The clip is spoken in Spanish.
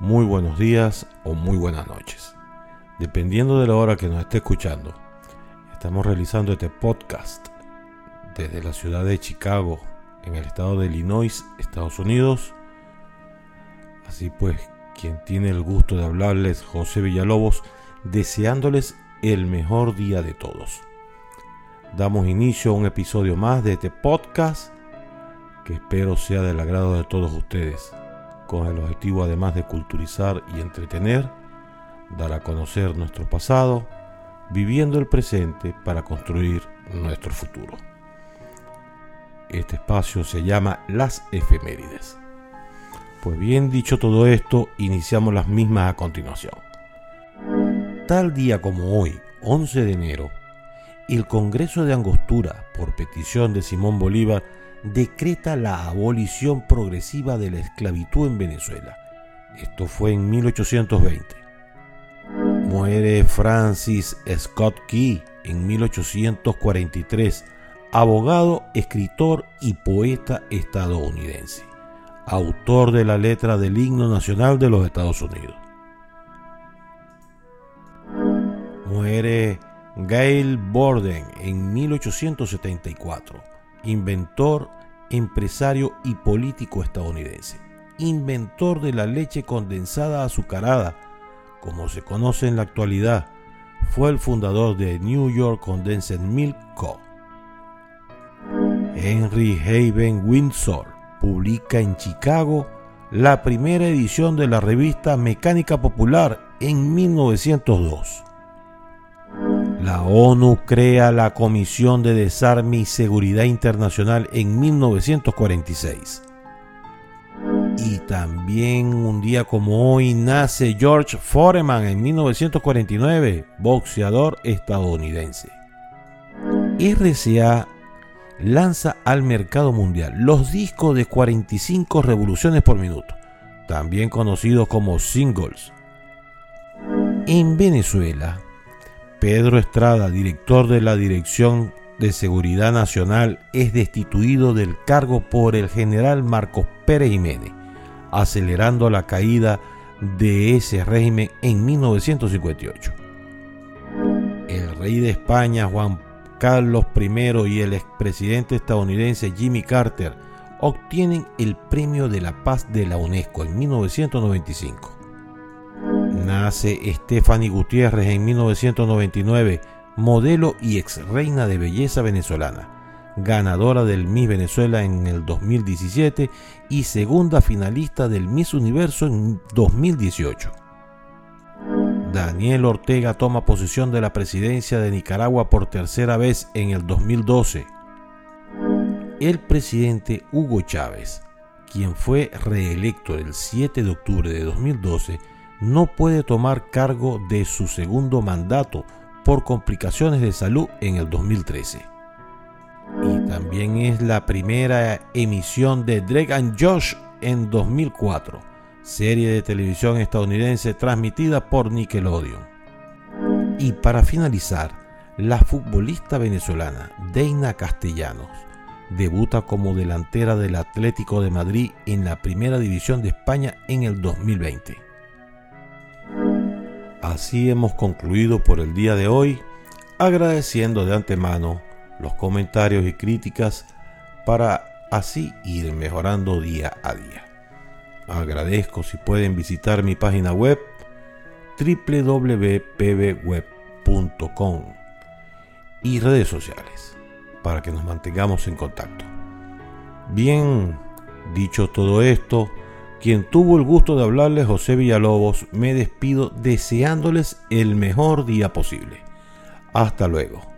muy buenos días o muy buenas noches, dependiendo de la hora que nos esté escuchando. Estamos realizando este podcast desde la ciudad de Chicago, en el estado de Illinois, Estados Unidos. Así pues, quien tiene el gusto de hablarles, José Villalobos, deseándoles el mejor día de todos. Damos inicio a un episodio más de este podcast que espero sea del agrado de todos ustedes, con el objetivo además de culturizar y entretener, dar a conocer nuestro pasado, viviendo el presente para construir nuestro futuro. Este espacio se llama Las Efemérides. Pues bien, dicho todo esto, iniciamos las mismas a continuación. Tal día como hoy, 11 de enero, el Congreso de Angostura, por petición de Simón Bolívar, decreta la abolición progresiva de la esclavitud en Venezuela. Esto fue en 1820. Muere Francis Scott Key en 1843, abogado, escritor y poeta estadounidense, autor de la letra del himno nacional de los Estados Unidos. Muere Gail Borden en 1874, inventor, empresario y político estadounidense, inventor de la leche condensada azucarada, como se conoce en la actualidad. Fue el fundador de New York Condensed Milk Co. Henry Haven Windsor publica en Chicago la primera edición de la revista Mecánica Popular en 1902. La ONU crea la Comisión de Desarme y Seguridad Internacional en 1946. Y también un día como hoy nace George Foreman en 1949, boxeador estadounidense. RCA lanza al mercado mundial los discos de 45 revoluciones por minuto, también conocidos como singles. En Venezuela, Pedro Estrada, director de la Dirección de Seguridad Nacional, es destituido del cargo por el general Marcos Pérez Jiménez, acelerando la caída de ese régimen en 1958. El rey de España, Juan Carlos I, y el expresidente estadounidense Jimmy Carter obtienen el Premio de la Paz de la UNESCO en 1995. Nace Stephanie Gutiérrez en 1999, modelo y ex reina de belleza venezolana, ganadora del Miss Venezuela en el 2017 y segunda finalista del Miss Universo en 2018. Daniel Ortega toma posesión de la presidencia de Nicaragua por tercera vez en el 2012. El presidente Hugo Chávez, quien fue reelecto el 7 de octubre de 2012, no puede tomar cargo de su segundo mandato por complicaciones de salud en el 2013. Y también es la primera emisión de Drake and Josh en 2004, serie de televisión estadounidense transmitida por Nickelodeon. Y para finalizar, la futbolista venezolana Deina Castellanos debuta como delantera del Atlético de Madrid en la Primera División de España en el 2020. Así hemos concluido por el día de hoy, agradeciendo de antemano los comentarios y críticas para así ir mejorando día a día. Agradezco si pueden visitar mi página web www.pbweb.com y redes sociales para que nos mantengamos en contacto. Bien, dicho todo esto, quien tuvo el gusto de hablarles, José Villalobos, me despido deseándoles el mejor día posible. Hasta luego.